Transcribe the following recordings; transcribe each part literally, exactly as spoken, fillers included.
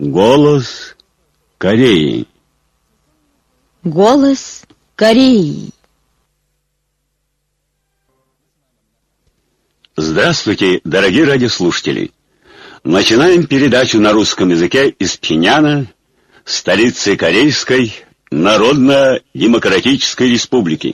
Голос Кореи. Голос Кореи. Здравствуйте, дорогие радиослушатели! Начинаем передачу на русском языке из Пхеньяна, столицы Корейской Народно-Демократической Республики.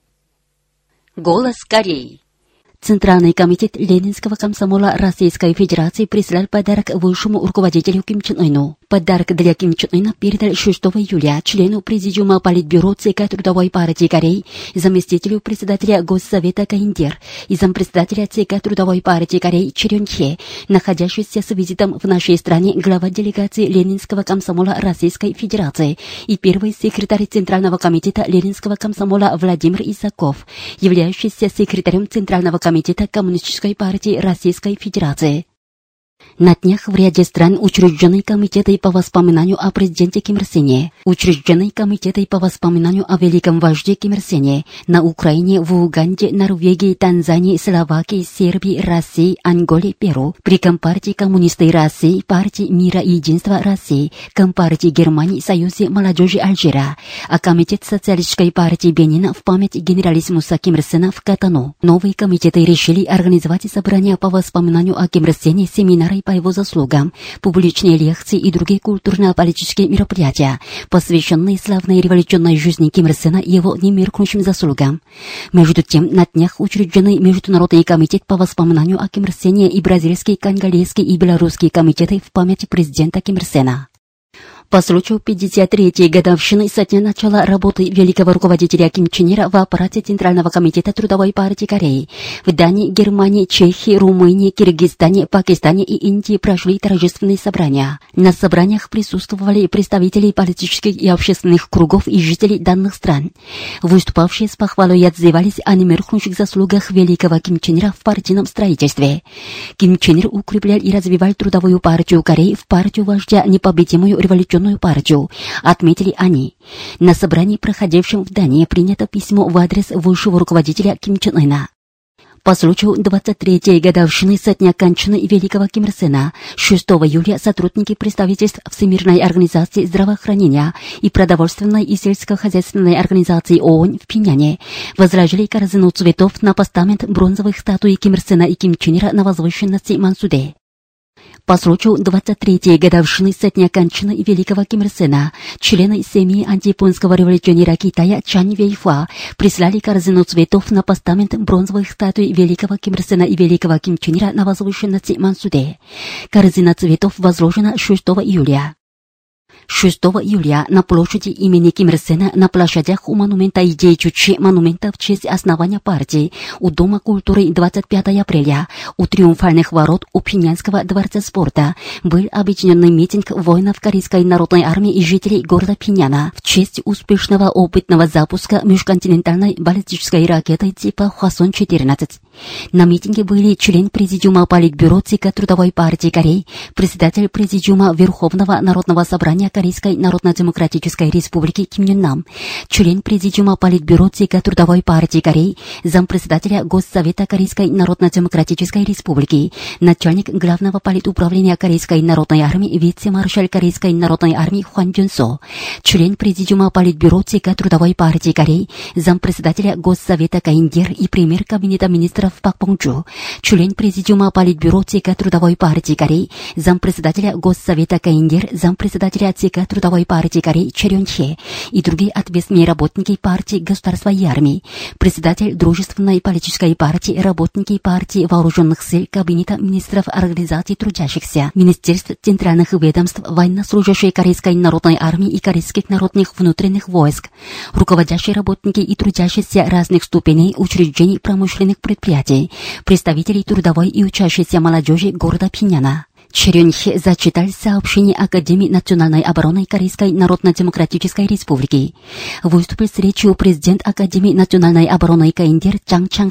Голос Кореи. Центральный комитет Ленинского комсомола Российской Федерации прислал подарок высшему руководителю Ким Чен Ыну. Подарок для Ким Чен Ына передал шестого июля члену Президиума Политбюро ЦК Трудовой партии Кореи, заместителю председателя Госсовета КНДР и зампредседателя ЦК Трудовой партии Кореи Чирён Хе, находящийся с визитом в нашей стране глава делегации Ленинского комсомола Российской Федерации и первый секретарь Центрального комитета Ленинского комсомола Владимир Исаков, являющийся секретарем Центрального комитета Коммунистической партии Российской Федерации. На днях в ряде стран учреждены комитеты по воспоминанию о президенте Ким Ир Сене, учреждены комитеты по воспоминанию о великом вожде Ким Ир Сене на Украине, в Уганде, Норвегии, Танзании, Словакии, Сербии, России, Анголе, Перу, при Компартии коммунисты России, партии Мира и Единства России, Компартии Германии, Союзе молодежи Алжира, а комитет социалистической партии Бенина в память генералиссимуса Ким Ир Сена в Котону. Новые комитеты решили организовать собрания по воспоминанию о Ким Ир Сене, семинары по его заслугам, публичные лекции и другие культурно-политические мероприятия, посвященные славной революционной жизни Ким Ир Сена и его немеркнущим заслугам. Между тем, на днях учреждены Международный комитет по воспоминанию о Ким Ир Сене и бразильский, конголезский и белорусский комитеты в память президента Ким Ир Сена. По случаю пятьдесят третьей годовщины со дня начала работы великого руководителя Ким Чен Ира в аппарате Центрального комитета Трудовой партии Кореи в Дании, Германии, Чехии, Румынии, Киргизстане, Пакистане и Индии прошли торжественные собрания. На собраниях присутствовали представители политических и общественных кругов и жителей данных стран. Выступавшие с похвалой отзывались о немеркнущих заслугах великого Ким Чен Ира в партийном строительстве. Ким Чен Ир укреплял и развивал Трудовую партию Кореи в партию вождя, непобедимую революционную партию, отметили они. На собрании, проходившем в Дании, принято письмо в адрес высшего руководителя Ким Чен Ына. По случаю двадцать третьей годовщины со дня кончины великого Ким Ир Сена шестого июля сотрудники представительств Всемирной организации здравоохранения и продовольственной и сельскохозяйственной организации ООН в Пхеньяне возложили корзину цветов на постамент бронзовых статуй Ким Ир Сена и Ким Чен Ира на возвышенности Мансуде. По случаю двадцать третьей годовщины со дня кончины великого Ким Ир Сена члены семьи антияпонского революционера Китая Чан Вэйфа прислали корзину цветов на постамент бронзовых статуй великого Ким Ир Сена и великого Ким Чен Ира на возвышенности Мансуде. Корзина цветов возложена шестого июля. шестого июля на площади имени Ким Ир Сена на площадях у монумента идеи Чучи, монумента в честь основания партии, у Дома культуры двадцать пятого апреля, у Триумфальных ворот, у Пхеньянского дворца спорта был объединенный митинг воинов Корейской народной армии и жителей города Пхеньяна в честь успешного опытного запуска межконтинентальной баллистической ракеты типа Хвасон четырнадцать. На митинге были член Президиума Политбюро ЦК Трудовой партии Кореи, председатель Президиума Верховного народного собрания Корейской Народно-Демократической Республики Ким Юн Нам, член Президиума Политбюро ЦК Трудовой партии Кореи, зампредседателя Госсовета Корейской Народно-Демократической Республики, начальник Главного политуправления Корейской народной армии, вице-маршал Корейской народной армии Хван Бён Со, член Президиума Политбюро ЦК Трудовой партии Кореи, зампредседателя Госсовета КНДР и премьер Кабинета министров Пак Бong Чу, член Президиума Политбюро ЦК Трудовой партии Кореи, зампредседателя Госсовета КНДР, зампредседателя ЦК Трудовой партии Кореи Чирён Хе и другие ответственные работники партии, государства и армии, председатель Дружественной политической партии, работники партии вооруженных сил, Кабинета министров организаций трудящихся, министерств, центральных ведомств, военнослужащие Корейской народной армии и корейских народных внутренних войск, руководящие работники и трудящиеся разных ступеней учреждений промышленных предприятий, представителей трудовой и учащейся молодежи города Пхеньяна. Чирён Хе зачитал сообщение Академии национальной обороны Корейской Народно-Демократической Республики. Выступил с речью президент Академии национальной обороны КНДР Чан Чан Ха.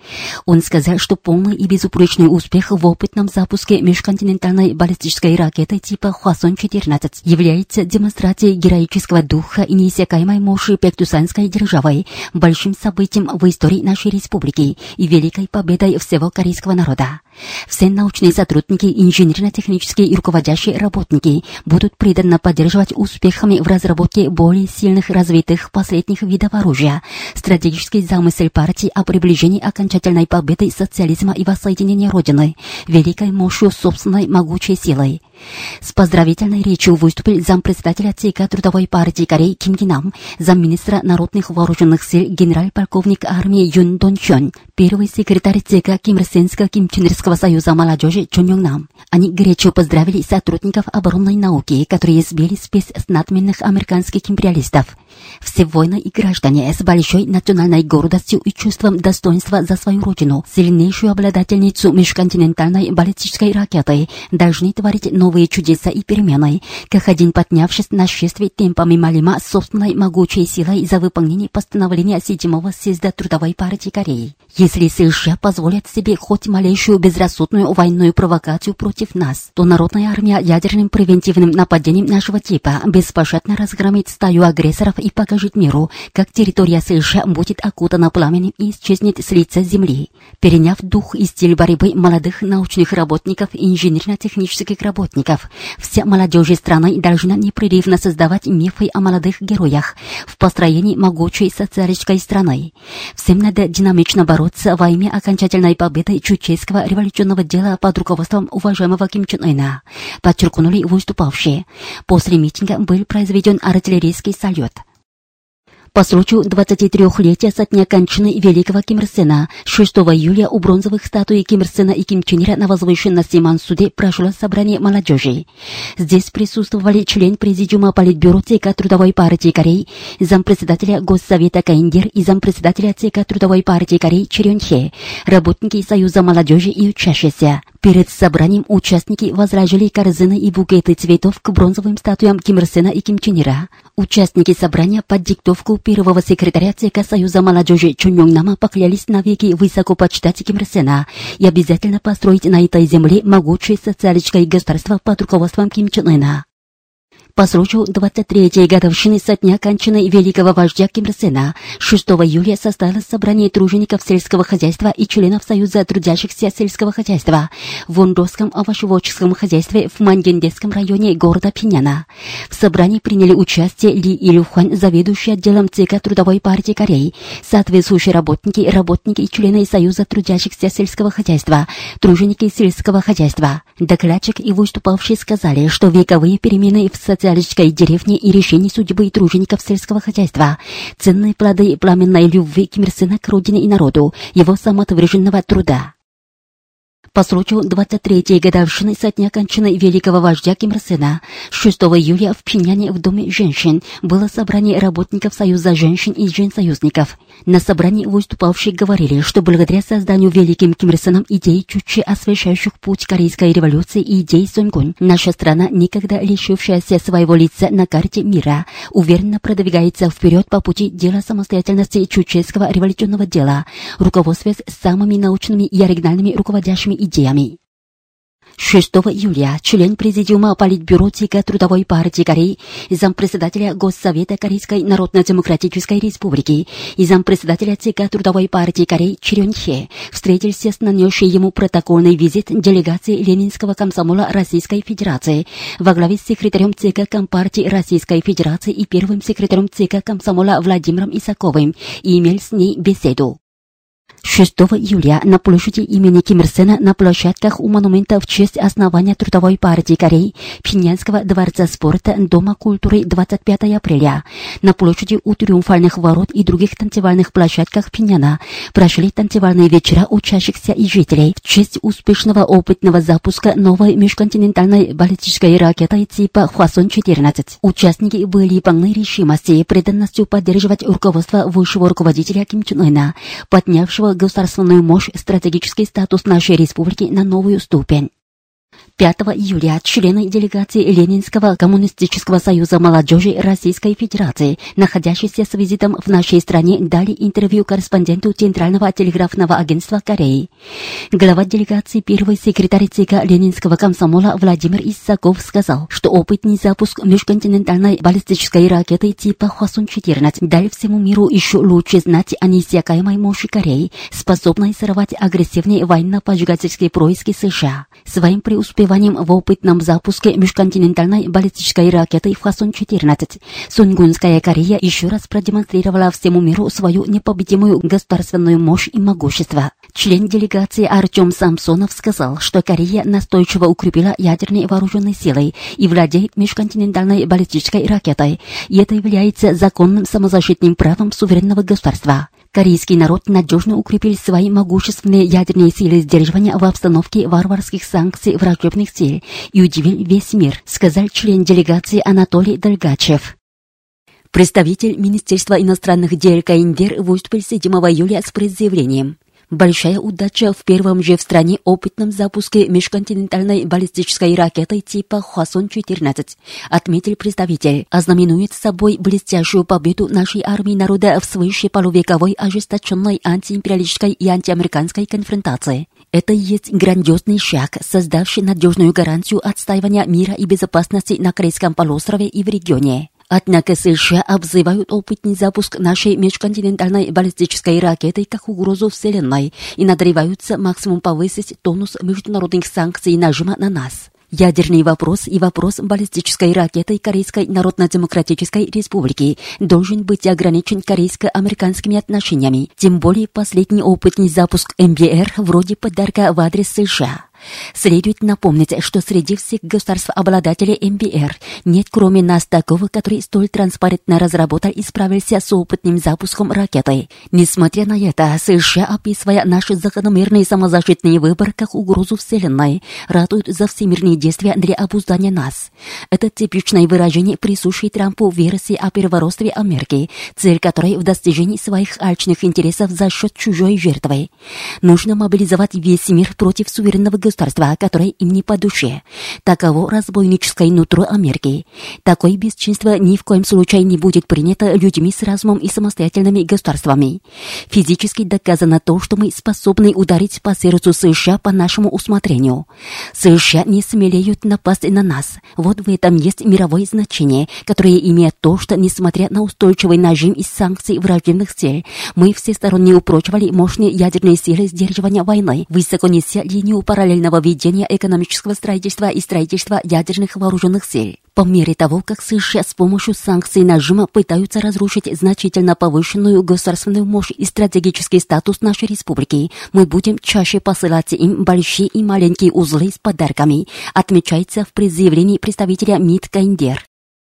Он сказал, что полный и безупречный успех в опытном запуске межконтинентальной баллистической ракеты типа Хвасон четырнадцать является демонстрацией героического духа и неиссякаемой мощи Пектусанской державы, большим событием в истории нашей республики и великой победой всего корейского народа. Все научные сотрудники, инженерно-технические и руководящие работники будут преданно поддерживать успехами в разработке более сильных развитых последних видов оружия. Стратегический замысел партии о приближении окончательной победы социализма и воссоединения Родины великой мощью собственной могучей силой. С поздравительной речью выступил зампредседателя ЦК Трудовой партии Кореи Ким Ги-нам, замминистра народных вооруженных сил генерал-полковник армии Юн Дон Чон, первый секретарь ЦК Кимрсенско-Кимченерского союза молодежи Чон Йонг-нам. Они горячо поздравили сотрудников оборонной науки, которые сбили спесь с надменных американских империалистов. Все воины и граждане с большой национальной гордостью и чувством достоинства за свою родину, сильнейшую обладательницу межконтинентальной баллистической ракеты, должны творить новые чудеса и перемены, как один поднявшись на шествие темпами малима собственной могучей силой за выполнение постановления седьмого съезда Трудовой партии Кореи. Если США позволят себе хоть малейшую безрассудную военную провокацию против нас, то народная армия ядерным превентивным нападением нашего типа беспощадно разгромит стаю агрессоров и покажет миру, как территория США будет окутана пламенем и исчезнет с лица земли. Переняв дух и стиль борьбы молодых научных работников и инженерно-технических работников, вся молодежь страны должна непрерывно создавать мифы о молодых героях в построении могучей социалистической страны. Всем надо динамично бороться во имя окончательной победы чеченского революционного дела под руководством уважаемого Ким Чен Ына, подчеркнули выступавшие. После митинга был произведен артиллерийский салют. По случаю двадцатитрёхлетия со дня кончины великого Ким Ир Сена, шестого июля у бронзовых статуй Ким Ир Сена и Ким Чен Ира на возвышенности Мансуде прошло собрание молодежи. Здесь присутствовали член президиума Политбюро ЦК Трудовой партии Кореи, зампредседателя Госсовета Каиндер и зампредседателя ЦК Трудовой партии Кореи Чирён Хе, работники Союза молодежи и учащиеся. Перед собранием участники возложили корзины и букеты цветов к бронзовым статуям Ким Ир Сена и Ким Чен Ира. Участники собрания под диктовку первого секретаря ЦК Союза молодежи Чон Йонг-нама поклялись навеки высоко почитать Ким Ир Сена и обязательно построить на этой земле могучее социалистическое государство под руководством Ким Чен Ына. По случаю двадцать третьей годовщины со дня кончины великого вождя Ким Ир Сена, шестого июля состоялось собрание тружеников сельского хозяйства и членов Союза трудящихся сельского хозяйства в Вондосском овощеводческом хозяйстве в Мангендесском районе города Пиняна. В собрании приняли участие Ли Илюхван, заведующий отделом ЦК Трудовой партии Кореи, соответствующие работники, работники и члены Союза трудящихся сельского хозяйства, труженики сельского хозяйства. Докладчик и выступавшие сказали, что вековые перемены в социалистической деревне и решение судьбы тружеников сельского хозяйства, ценные плоды пламенной любви Ким Ир Сена к родине и народу, его самоотверженного труда. По случаю двадцать третьей годовщины со дня кончины великого вождя Ким Ир Сена, шестого июля в Пхеньяне в Доме женщин было собрание работников Союза женщин и женсоюзников. На собрании выступавшие говорили, что благодаря созданию великим Ким Ир Сеном идей Чучхе, освещающих путь Корейской революции и идей Сонгун, наша страна, никогда лишившаяся своего лица на карте мира, уверенно продвигается вперед по пути дела самостоятельности чучхейского революционного дела, руководствуясь самыми научными и оригинальными руководящими идеями. шестого июля член президиума Политбюро ЦК Трудовой партии Кореи, зампредседателя Госсовета Корейской Народно-Демократической Республики и зампредседателя ЦК Трудовой партии Кореи Чирён Хе встретился с нанесшей ему протокольный визит делегации Ленинского комсомола Российской Федерации во главе с секретарем ЦК Компартии Российской Федерации и первым секретарем ЦК комсомола Владимиром Исаковым и имел с ней беседу. шестого июля на площади имени Ким Ир Сена на площадках у монумента в честь основания Трудовой партии Кореи, Пхеньянского дворца спорта, Дома культуры двадцать пятого апреля, на площади у Триумфальных ворот и других танцевальных площадках Пхеньяна прошли танцевальные вечера учащихся и жителей в честь успешного опытного запуска новой межконтинентальной баллистической ракеты типа Хвасон четырнадцать. Участники были полны решимости и преданностью поддерживать руководство высшего руководителя Ким Чен Ына, поднявшего государственную мощь, стратегический статус нашей республики на новую ступень. пятого июля члены делегации Ленинского коммунистического союза молодежи Российской Федерации, находящиеся с визитом в нашей стране, дали интервью корреспонденту Центрального телеграфного агентства Кореи. Глава делегации, первый секретарь ЦК Ленинского комсомола Владимир Исаков сказал, что опытный запуск межконтинентальной баллистической ракеты типа Хвасон четырнадцать дали всему миру еще лучше знать о неиссякаемой мощи Кореи, способной сорвать агрессивные военно-поджигательские происки США. Своим преуспеванием в опытном запуске межконтинентальной баллистической ракеты Хвасон четырнадцать Сунгунская Корея еще раз продемонстрировала всему миру свою непобедимую государственную мощь и могущество. Член делегации Артем Самсонов сказал, что Корея настойчиво укрепила ядерные вооруженные силы и владеет межконтинентальной баллистической ракетой, и это является законным самозащитным правом суверенного государства. Корейский народ надежно укрепил свои могущественные ядерные силы сдерживания в обстановке варварских санкций враждебных сил и удивил весь мир, сказал член делегации Анатолий Долгачев. Представитель Министерства иностранных дел КНДР выступил седьмого июля с пресс-заявлением. Большая удача в первом же в стране опытном запуске межконтинентальной баллистической ракеты типа Хвасон четырнадцать, отметил представитель, ознаменует собой блестящую победу нашей армии народа в свыше полувековой ожесточенной антиимпериалистической и антиамериканской конфронтации. Это и есть грандиозный шаг, создавший надежную гарантию отстаивания мира и безопасности на Корейском полуострове и в регионе. Однако США обзывают опытный запуск нашей межконтинентальной баллистической ракеты как угрозу Вселенной и надрываются максимум повысить тонус международных санкций и нажима на нас. Ядерный вопрос и вопрос баллистической ракеты Корейской Народно-Демократической Республики должен быть ограничен корейско-американскими отношениями, тем более последний опытный запуск эм бэ эр вроде подарка в адрес США. Следует напомнить, что среди всех государств-обладателей эм бэ эр нет кроме нас такого, который столь транспарентно разработал и справился с опытным запуском ракеты. Несмотря на это, США, описывая наш закономерный самозащитный выбор как угрозу Вселенной, ратуют за всемирные действия для обуздания нас. Это типичное выражение, присущее Трампу версии о переворотстве Америки, цель которой в достижении своих алчных интересов за счет чужой жертвы. Нужно мобилизовать весь мир против суверенного государства, государства, которое им не по душе. Таково разбойническое нутро Америки. Такое бесчинство ни в коем случае не будет принято людьми с разумом и самостоятельными государствами. Физически доказано то, что мы способны ударить по сердцу США по нашему усмотрению. США не смелеют напасть на нас. Вот в этом есть мировое значение, которое имеет то, что, несмотря на устойчивый нажим из санкций враждебных сил, мы всесторонне упрочивали мощные ядерные силы сдерживания войны, высоко неся линию параллельно ведения экономического строительства и строительства ядерных вооруженных сил. По мере того, как США с помощью санкций нажима пытаются разрушить значительно повышенную государственную мощь и стратегический статус нашей республики, мы будем чаще посылать им большие и маленькие узлы с подарками, отмечается в пресс-заявлении представителя МИД КНДР.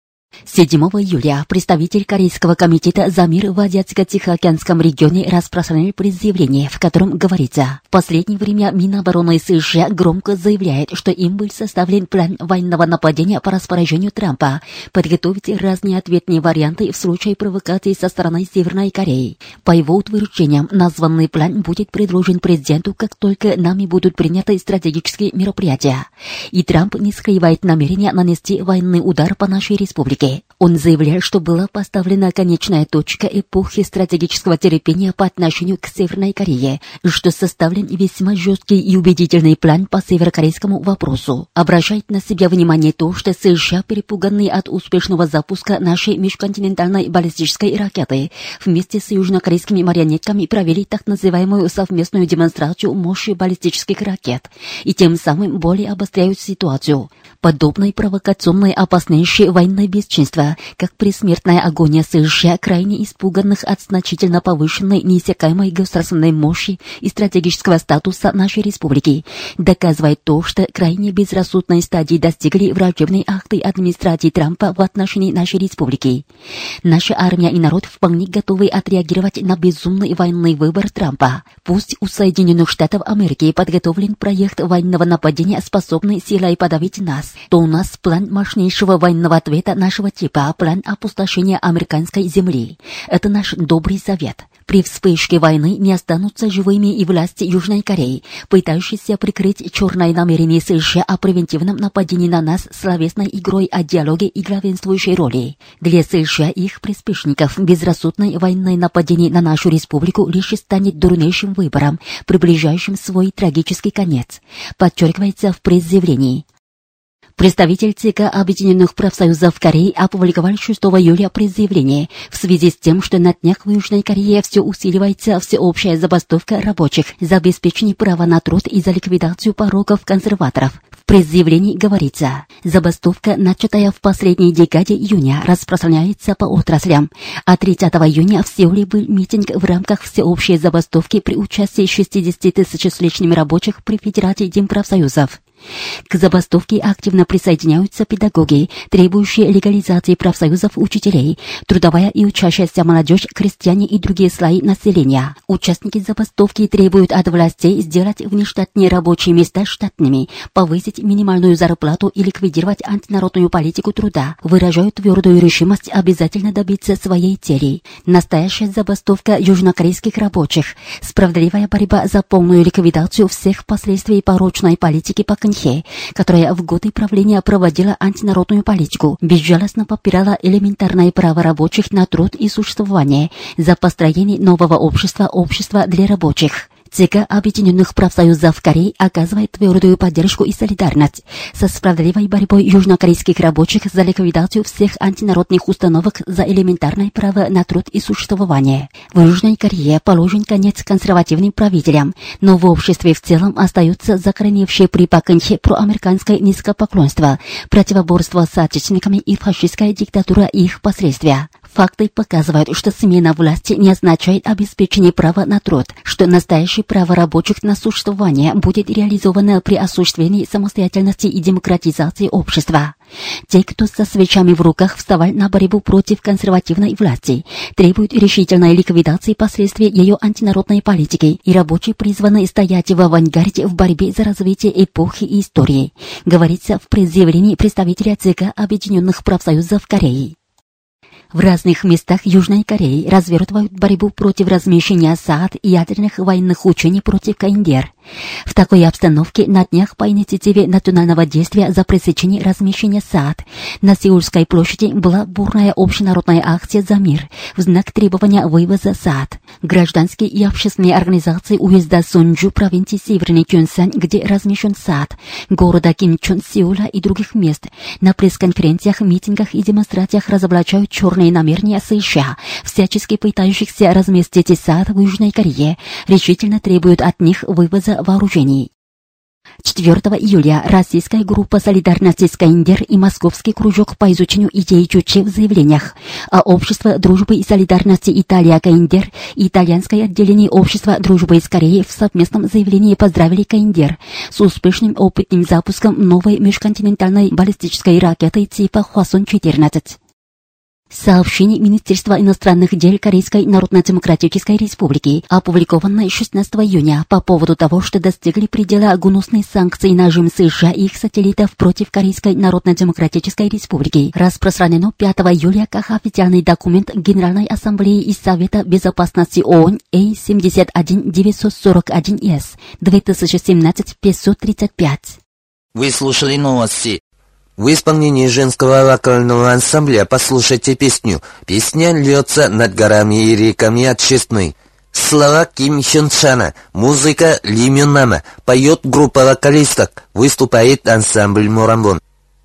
седьмого июля представитель Корейского комитета за мир в Азиатско-Тихоокеанском регионе распространил пресс-заявление, в котором говорится: в последнее время Минобороны США громко заявляет, что им был составлен план военного нападения по распоряжению Трампа, подготовить разные ответные варианты в случае провокации со стороны Северной Кореи. По его утверждениям, названный план будет предложен президенту, как только нами будут приняты стратегические мероприятия. И Трамп не скрывает намерения нанести военный удар по нашей республике. Он заявляет, что была поставлена конечная точка эпохи стратегического терпения по отношению к Северной Корее, и что составлен весьма жесткий и убедительный план по северокорейскому вопросу. Обращает на себя внимание то, что США, перепуганные от успешного запуска нашей межконтинентальной баллистической ракеты, вместе с южнокорейскими марионетками провели так называемую совместную демонстрацию мощи баллистических ракет, и тем самым более обостряют ситуацию. Подобной провокационной опаснейшей военной бесчинства, как предсмертная агония США, крайне испуганных от значительно повышенной неиссякаемой государственной мощи и стратегического статуса нашей республики, доказывает то, что крайне безрассудной стадии достигли враждебные акты администрации Трампа в отношении нашей республики. Наша армия и народ вполне готовы отреагировать на безумный военный выбор Трампа. Пусть у Соединенных Штатов Америки подготовлен проект военного нападения, способный силой подавить нас, то у нас план мощнейшего военного ответа нашего типа, план опустошения американской земли. Это наш добрый завет. При вспышке войны не останутся живыми и власти Южной Кореи, пытающиеся прикрыть черное намерение США о превентивном нападении на нас словесной игрой о диалоге и главенствующей роли. Для США и их приспешников безрассудное военное нападение на нашу республику лишь станет дурнейшим выбором, приближающим свой трагический конец, подчеркивается в пресс-заявлении. Представитель ЦК Объединенных профсоюзов Кореи опубликовал шестого июля пресс-заявление в связи с тем, что на днях в Южной Корее все усиливается всеобщая забастовка рабочих за обеспечение права на труд и за ликвидацию пороков консерваторов. В пресс-заявлении говорится, забастовка, начатая в последней декаде июня, распространяется по отраслям. А тридцатого июня в Сеуле был митинг в рамках всеобщей забастовки при участии шестидесяти тысяч с лишним рабочих при Федерации демпрофсоюзов. К забастовке активно присоединяются педагоги, требующие легализации профсоюзов учителей, трудовая и учащаяся молодежь, крестьяне и другие слои населения. Участники забастовки требуют от властей сделать внештатные рабочие места штатными, повысить минимальную зарплату и ликвидировать антинародную политику труда. Выражают твердую решимость обязательно добиться своей цели. Настоящая забастовка южнокорейских рабочих, справедливая борьба за полную ликвидацию всех последствий порочной политики по которая в годы правления проводила антинародную политику, безжалостно попирала элементарное право рабочих на труд и существование за построение нового общества, общества для рабочих. ЦК Объединенных профсоюзов Кореи оказывает твердую поддержку и солидарность со справедливой борьбой южнокорейских рабочих за ликвидацию всех антинародных установок за элементарное право на труд и существование. В Южной Корее положен конец консервативным правителям, но в обществе в целом остаются закореневшие при Пакэнхе проамериканское низкопоклонство, противоборство с отечественниками и фашистская диктатура и их последствия. Факты показывают, что смена власти не означает обеспечение права на труд, что настоящее право рабочих на существование будет реализовано при осуществлении самостоятельности и демократизации общества. Те, кто со свечами в руках вставал на борьбу против консервативной власти, требуют решительной ликвидации последствий ее антинародной политики, и рабочие призваны стоять в авангарде в борьбе за развитие эпохи и истории, говорится в пресс-заявлении представителя ЦК Объединенных профсоюзов Кореи. В разных местах Южной Кореи развертывают борьбу против размещения СААД и ядерных военных учений против КНДР. В такой обстановке на днях по инициативе национального действия за пресечение размещения СААД на Сеульской площади была бурная общенародная акция «За мир» в знак требования вывоза СААД. Гражданские и общественные организации уезда Сонджу провинции Северный Кёнсан, где размещен СААД, города Кимчон, Сеула и других мест, на пресс-конференциях, митингах и демонстрациях разоблачают черные намерения США, всячески пытающихся разместить СААД в Южной Корее, решительно требуют от них вывоза вооружений. четвёртого июля российская группа солидарности с КНДР и Московский кружок по изучению идей Чуччи в заявлениях, а Общество дружбы и солидарности Италия-КНДР и итальянское отделение Общества дружбы с Кореей в совместном заявлении поздравили КНДР с успешным опытным запуском новой межконтинентальной баллистической ракеты типа Хвасон четырнадцать. Сообщение Министерства иностранных дел Корейской Народно-Демократической Республики, опубликованное шестнадцатого июня по поводу того, что достигли предела гнусной санкции на режим США и их сателлитов против Корейской Народно-Демократической Республики, распространено пятого июля как официальный документ Генеральной Ассамблеи и Совета Безопасности ООН А семьдесят один девятьсот сорок один С две тысячи семнадцать пятьсот тридцать пять. Вы слушали новости. В исполнении женского вокального ансамбля послушайте песню «Песня льется над горами и реками от Честной». Слова Ким Хён Чана, музыка Ли Мюн Нама, поет группа вокалисток, выступает ансамбль Морамбон.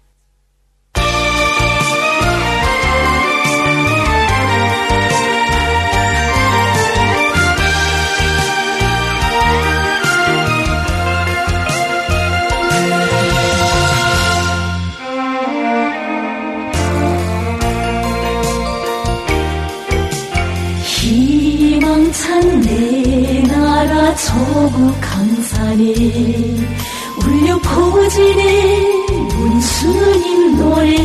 내 나라 조국 강산에 울려 퍼지는 문수님 노래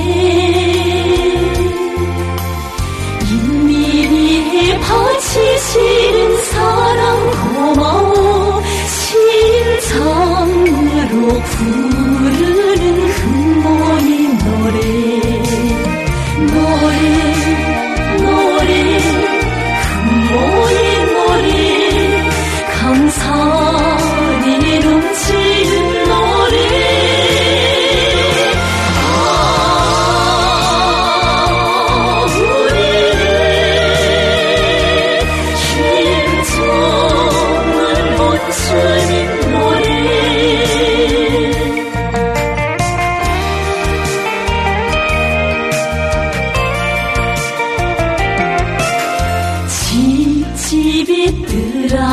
인민이 바치시는 사랑 고마워 심장으로 부르는 흠모인 노래 노래 노래 흠모인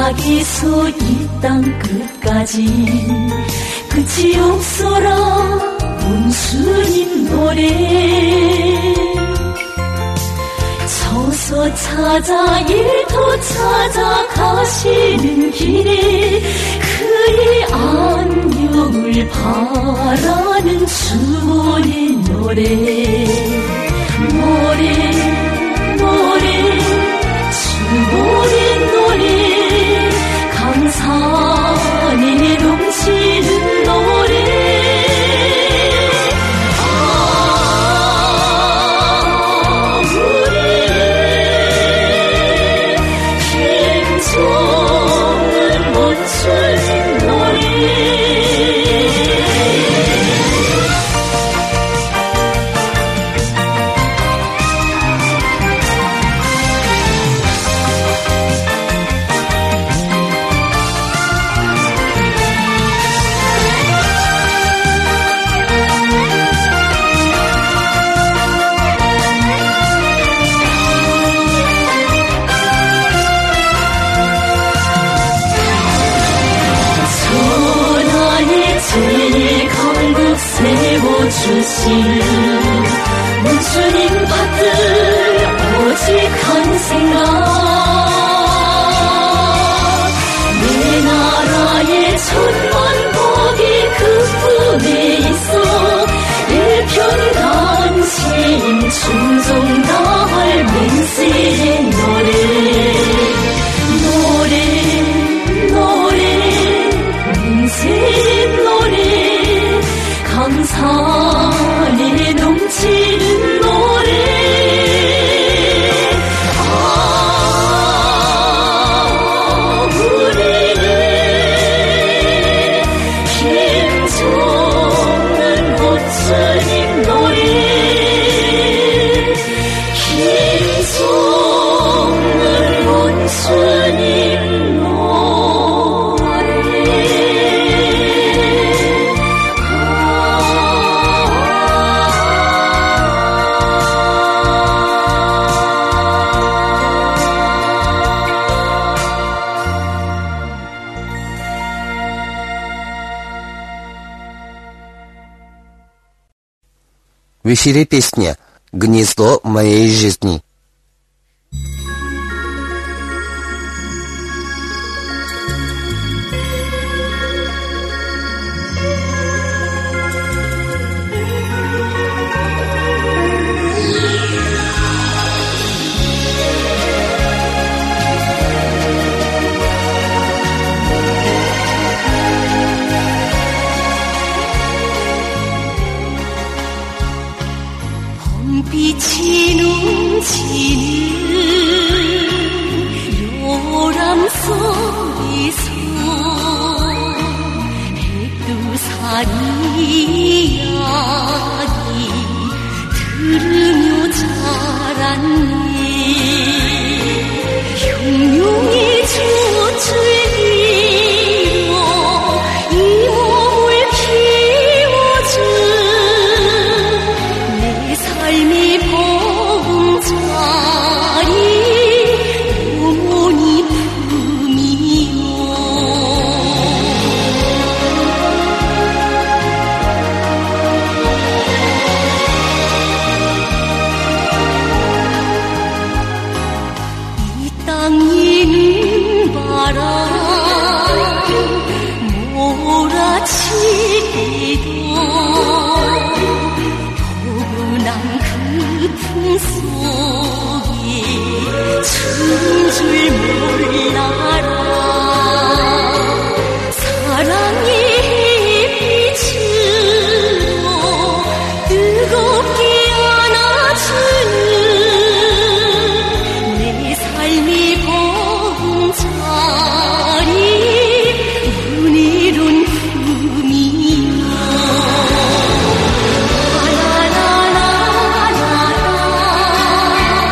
시작에서 이 땅 끝까지 끝이 없어라 온수님 노래 서서 찾아 일터 찾아 가시는 길에 그의 안녕을 바라는 주의 노래 노래 노래 주의 노래 강산에 넘치는 노래 세워주신 문주님 받들 오직 한 생각 내 나라의 천만 복이 그뿐에 있어 일편단심 충성 다할 맹세의 노래 노래 노래 맹세의 노래 강산에 넘치는 노래 아 우리는 힘주는 모주님 노래 힘주는 모주님 В эфире песня «Гнездо моей жизни». 빛이 넘치는 요람 속에서 백두산 이야기 들으며 자랐네 흉흉이 젖을 이뤄 이 몸을 키워준 삶이 보금자리 어머니 품이요 이 땅 이는 바람 몰아칠 때도 난 깊은 속에 주는 줄 몰라라 사랑의 햇빛으로 뜨겁게 안아주는 내 삶이 보금자리 은혜로운 품이요 라라라라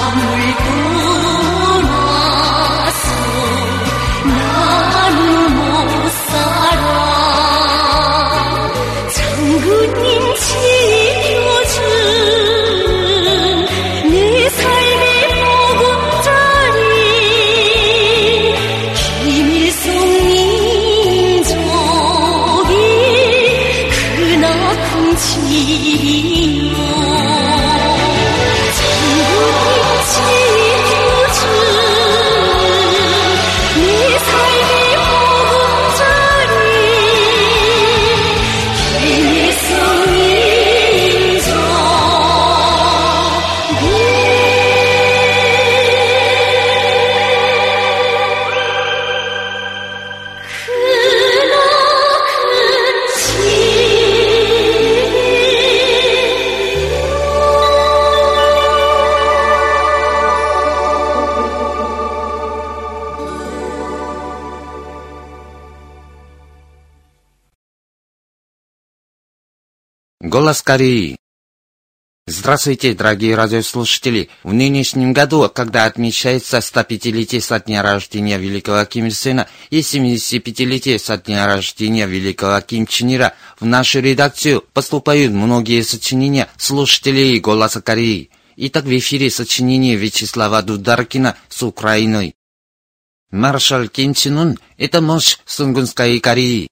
Голос Кореи. Здравствуйте, дорогие радиослушатели! В нынешнем году, когда отмечается сто пятилетие со дня рождения великого Ким Ир Сена и семидесятипятилетие со дня рождения великого Ким Чен Ира, в нашу редакцию поступают многие сочинения слушателей Голоса Кореи. Итак, в эфире сочинение Вячеслава Дударкина с Украиной. Маршал Ким Чен Ын – это мощь Сунгунской Кореи.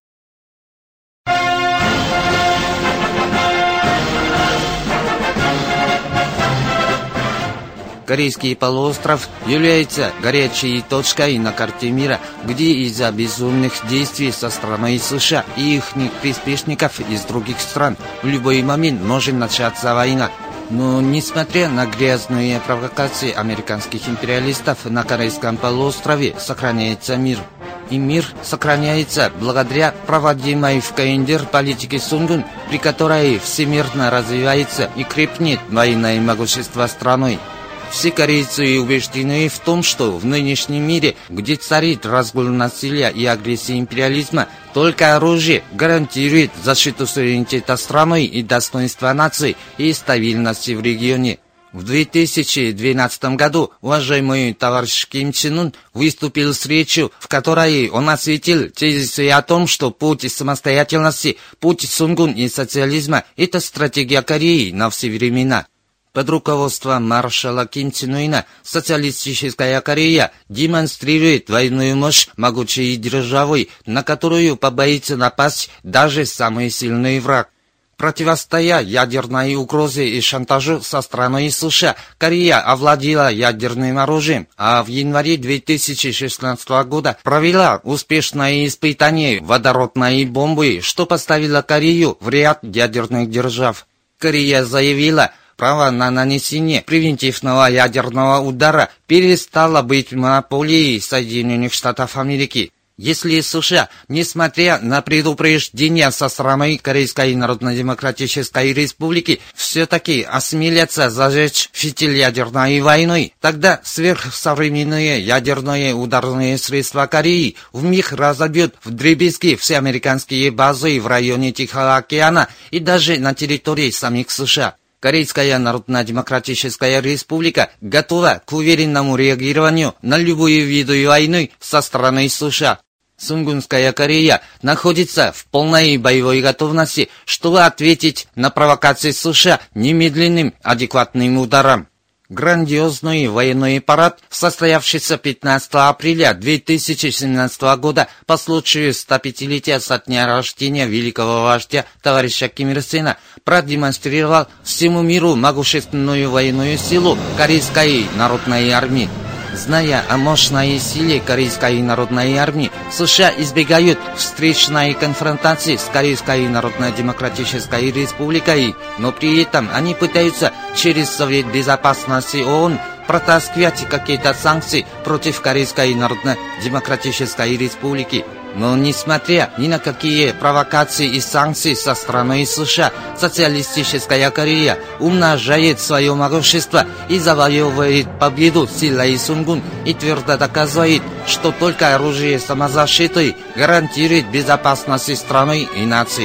Корейский полуостров является горячей точкой на карте мира, где из-за безумных действий со стороны США и их приспешников из других стран в любой момент может начаться война. Но несмотря на грязные провокации американских империалистов на Корейском полуострове сохраняется мир. И мир сохраняется благодаря проводимой в КНДР политике Сунгун, при которой всемирно развивается и крепнет военное могущество страной. Все корейцы убеждены в том, что в нынешнем мире, где царит разгул насилия и агрессии империализма, только оружие гарантирует защиту суверенитета страны и достоинства нации и стабильности в регионе. В две тысячи двенадцатом году уважаемый товарищ Ким Чен Ын выступил с речью, в которой он осветил тезисы о том, что путь самостоятельности, путь Сунгун и социализма – это стратегия Кореи на все времена. Под руководством маршала Ким Чен Ына социалистическая Корея демонстрирует военную мощь могучей державы, на которую побоится напасть даже самый сильный враг. Противостоя ядерной угрозе и шантажу со стороны США, Корея овладела ядерным оружием, а в январе две тысячи шестнадцатого года провела успешное испытание водородной бомбы, что поставило Корею в ряд ядерных держав. Корея заявила, право на нанесение превентивного ядерного удара перестало быть монополией Соединенных Штатов Америки. Если США, несмотря на предупреждения со стороны Корейской Народно-Демократической Республики, все-таки осмелятся зажечь фитиль ядерной войной, тогда сверхсовременные ядерные ударные средства Кореи вмиг разобьют вдребезги все американские базы в районе Тихого океана и даже на территории самих США. Корейская Народно-Демократическая Республика готова к уверенному реагированию на любую виду войны со стороны США. Сунгунская Корея находится в полной боевой готовности, чтобы ответить на провокации США немедленным адекватным ударом. Грандиозный военный парад, состоявшийся пятнадцатого апреля две тысячи семнадцатого года по случаю сто пятилетия со дня рождения великого вождя товарища Ким Ир Сена, продемонстрировал всему миру могущественную военную силу Корейской народной армии. Зная о мощной силе Корейской народной армии, США избегают встречной конфронтации с Корейской Народно-Демократической Республикой, но при этом они пытаются через Совет Безопасности ООН протаскивать какие-то санкции против Корейской Народно-Демократической Республики. Но несмотря ни на какие провокации и санкции со стороны США, социалистическая Корея умножает свое могущество и завоевывает победу силой Сунгун и твердо доказывает, что только оружие самозащиты гарантирует безопасность страны и нации.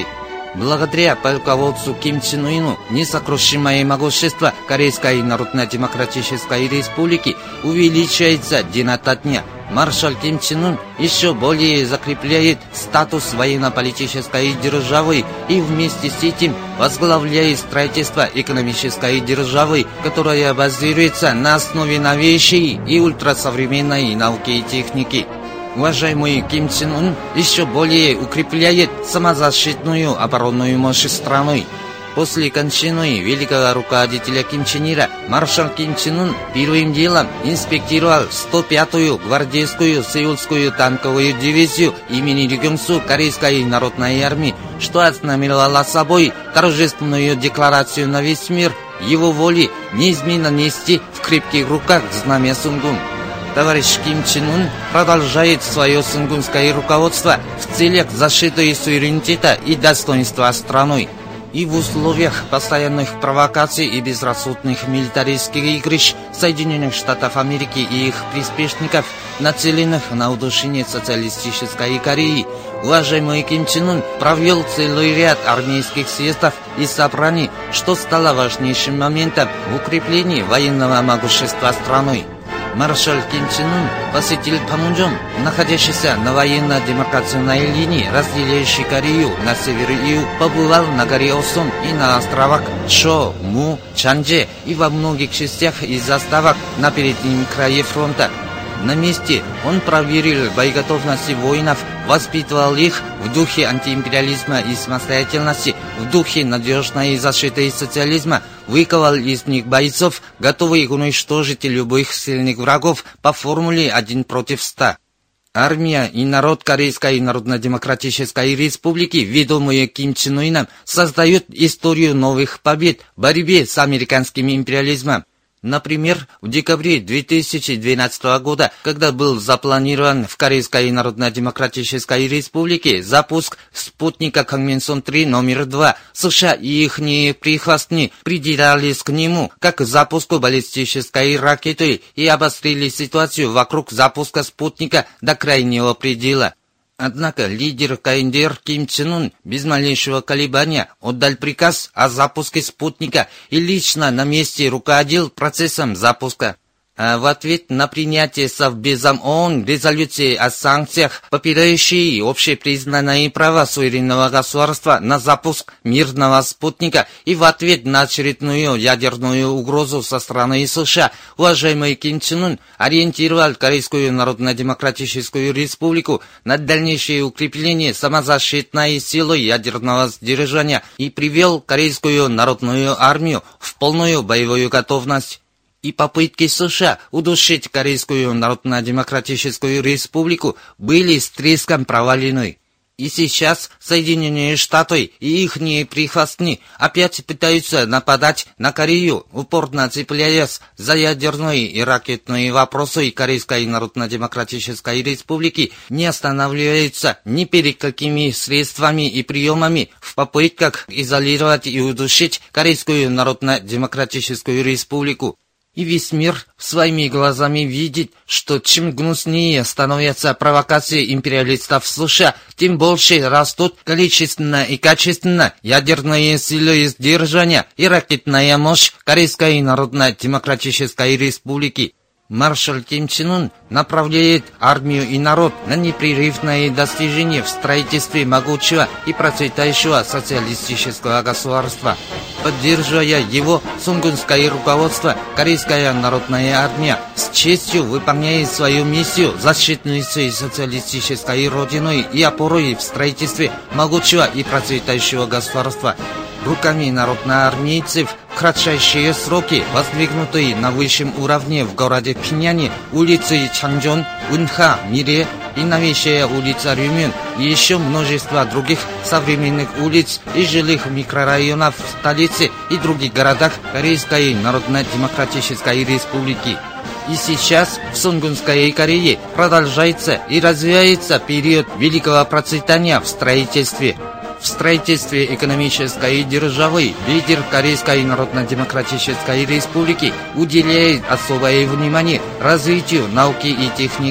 Благодаря полководцу Ким Чен Ыну несокрушимое могущество Корейской Народно-Демократической Республики увеличивается день ото дня. Маршал Ким Чен Ын еще более закрепляет статус военно-политической державы и вместе с этим возглавляет строительство экономической державы, которая базируется на основе новейшей и ультрасовременной науки и техники. Уважаемый Ким Чен Ын еще более укрепляет самозащитную оборонную мощь страны. После кончины великого руководителя Ким Чен Ира маршал Ким Чен Ын первым делом инспектировал сто пятую гвардейскую сеульскую танковую дивизию имени Ри Кёнг-су Корейской народной армии, что ознаменовало собой торжественную декларацию на весь мир его воли неизменно нести в крепких руках знамя Сунгун. Товарищ Ким Чен Ын продолжает свое сунгунское руководство в целях защиты суверенитета и достоинства страны. И в условиях постоянных провокаций и безрассудных милитаристских игрищ Соединенных Штатов Америки и их приспешников, нацеленных на удушение социалистической Кореи, уважаемый Ким Чен Ын провел целый ряд армейских съездов и собраний, что стало важнейшим моментом в укреплении военного могущества страны. Маршал Ким Чен Ын посетил Панмунджом, находящийся на военно-демаркационной линии, разделяющей Корею на север и юг, побывал на горе Осон и на островах Чо, Му, Чанже и во многих частях и заставах на переднем крае фронта. На месте он проверил боеготовность воинов, воспитывал их в духе антиимпериализма и самостоятельности, в духе надежной защиты социализма, выковал из них бойцов, готовых уничтожить любых сильных врагов по формуле один против ста. Армия и народ Корейской Народно-Демократической Республики, ведомые Ким Чен Ыном, создают историю новых побед в борьбе с американским империализмом. Например, в декабре две тысячи двенадцатого года, когда был запланирован в Корейской Народно-Демократической Республике запуск спутника Кангминсон три номер два, США и их прихвостни придирались к нему как к запуску баллистической ракеты и обострили ситуацию вокруг запуска спутника до крайнего предела. Однако лидер КНДР Ким Чен Ын без малейшего колебания отдал приказ о запуске спутника и лично на месте руководил процессом запуска. А в ответ на принятие Совбезом ООН резолюции о санкциях, попирающей общепризнанные права суверенного государства на запуск мирного спутника, и в ответ на очередную ядерную угрозу со стороны США, уважаемый Ким Чен Ын ориентировал Корейскую Народно-Демократическую Республику на дальнейшее укрепление самозащитной силы ядерного сдержания и привел Корейскую народную армию в полную боевую готовность. И попытки США удушить Корейскую Народно-Демократическую Республику были с треском провалены. И сейчас Соединенные Штаты и их прихвостни опять пытаются нападать на Корею, упорно цепляясь за ядерные и ракетные вопросы Корейской Народно-Демократической Республики, не останавливаются ни перед какими средствами и приемами в попытках изолировать и удушить Корейскую Народно-Демократическую Республику. И весь мир своими глазами видит, что чем гнуснее становятся провокации империалистов США, тем больше растут количественно и качественно ядерные силы сдержания и ракетная мощь Корейской Народно-Демократической Республики. Маршал Ким Чен Ын направляет армию и народ на непрерывное достижение в строительстве могучего и процветающего социалистического государства. Поддерживая его, сунгунское руководство, Корейская народная армия с честью выполняет свою миссию защитницы социалистической родины и опорой в строительстве могучего и процветающего государства. Руками народноармейцев в кратчайшие сроки воздвигнутые на высшем уровне в городе Пхеньяне улицы Чанчжон, Унха, Мире и новейшая улица Рюмюн и еще множество других современных улиц и жилых микрорайонов в столице и других городах Корейской Народно-Демократической Республики. И сейчас в Сунгунской Корее продолжается и развивается период великого процветания в строительстве. В строительстве экономической державы лидер Корейской Народно-Демократической Республики уделяет особое внимание развитию науки и техники.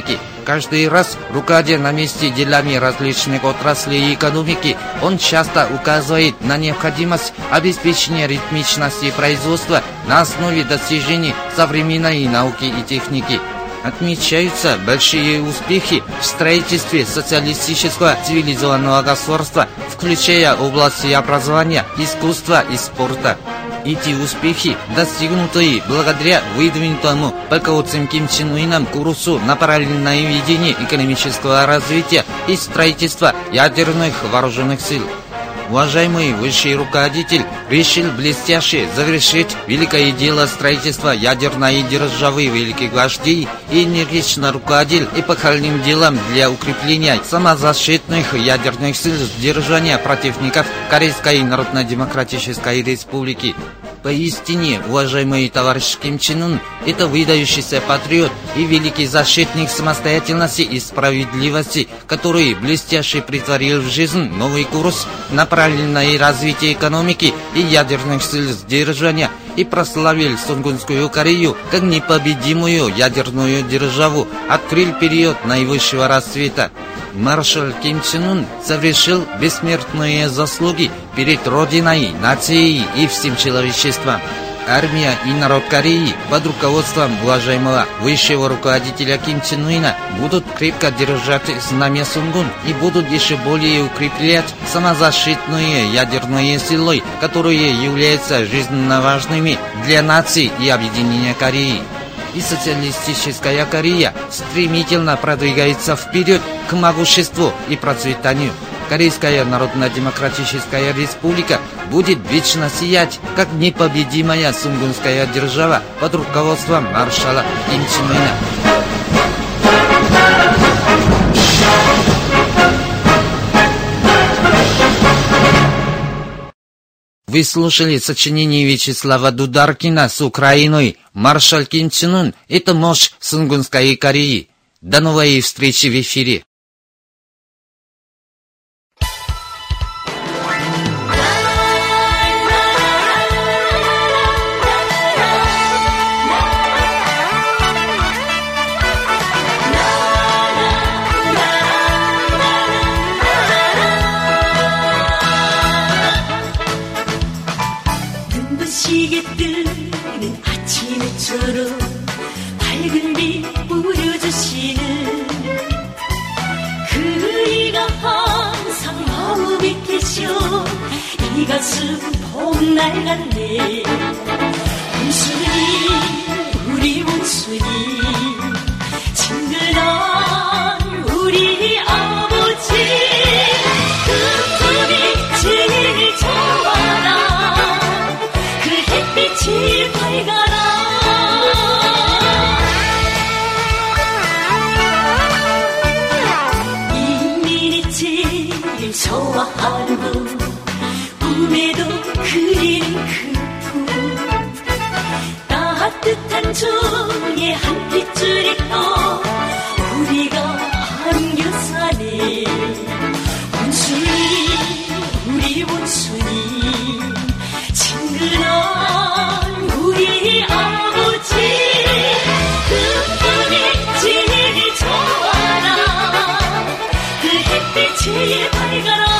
Каждый раз, руководя на месте делами различных отраслей экономики, он часто указывает на необходимость обеспечения ритмичности производства на основе достижений современной науки и техники. Отмечаются большие успехи в строительстве социалистического цивилизованного государства, включая области образования, искусства и спорта. Эти успехи, достигнутые благодаря выдвинутому полководцем Ким Чен Ыном курсу на параллельное ведение экономического развития и строительства ядерных вооруженных сил. Уважаемый высший руководитель решил блестяще завершить великое дело строительства ядерной державы великих вождей и энергично руководил эпохальным делом для укрепления самозащитных ядерных сил сдержания противников Корейской Народно-Демократической Республики. Поистине, уважаемый товарищ Ким Чен Ын, это выдающийся патриот и великий защитник самостоятельности и справедливости, который блестяще притворил в жизнь новый курс на параллельное развитие экономики и ядерных сил сдержания и прославил Сунгунскую Корею как непобедимую ядерную державу, открыл период наивысшего расцвета. Маршал Ким Чен Ын совершил бессмертные заслуги перед Родиной, нацией и всем человечеством. Армия и народ Кореи под руководством уважаемого высшего руководителя Ким Чен Ына будут крепко держать знамя Сунгун и будут еще более укреплять самозащитные ядерные силы, которые являются жизненно важными для нации и объединения Кореи. И социалистическая Корея стремительно продвигается вперед к могуществу и процветанию. Корейская Народно-Демократическая Республика будет вечно сиять, как непобедимая сунгунская держава под руководством маршала Ким Чен Ына. Вы слушали сочинение Вячеслава Дударкина с Украиной «Маршал Ким Чен Ын – это мощь Сунгунской Кореи». До новой встречи в эфире. 눈부시게 뜨는 아침 해처럼 밝은 빛 뿌려주시는 그이가 항상 마음에 계셔 이 가슴 봄날 같네. 원순이 우리 원순이 친근한 우리 아버지 그 꿈이 제일 좋아라. 빛이 밝아라. 인민이 제일 좋아하는 분 꿈에도 그리는 그 품 따뜻한 종에 한 핏줄이 떠 우리가 안겨 사네. 원순이 우리 원순이 친근한 우리 아버지 그 꿈이 제일 좋아라. 그 햇빛이 밝아라.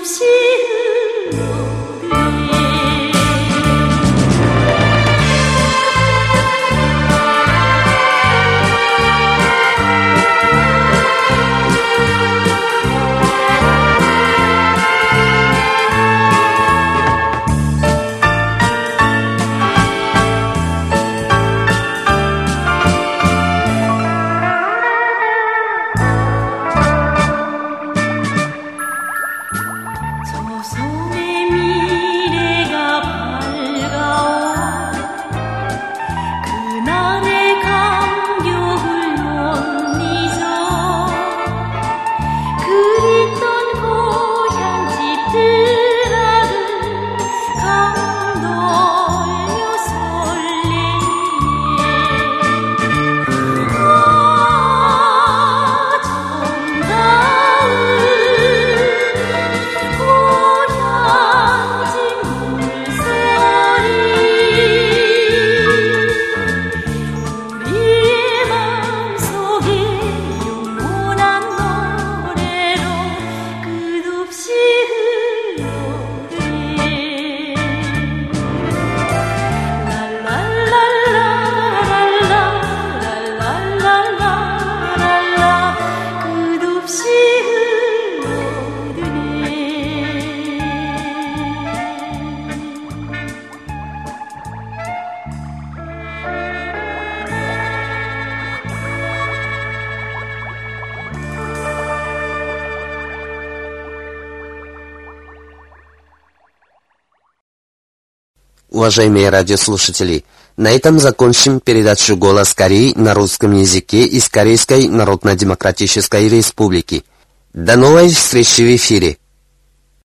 끝없이 흘러오네. 조선의 미래가 밝아오. 그날의 감격을 못 잊어. 그립던 고향집들아를 강돌며 설레네. 아 정다운 고향집 물소리. 우리의 마음속에 영원한 노래로 끝없이 흘러오네. 랄랄랄랄랄랄랄랄랄랄라 끝없이 흘러오네. Уважаемые радиослушатели, на этом закончим передачу «Голос Кореи» на русском языке из Корейской Народно-Демократической Республики. До новой встречи в эфире!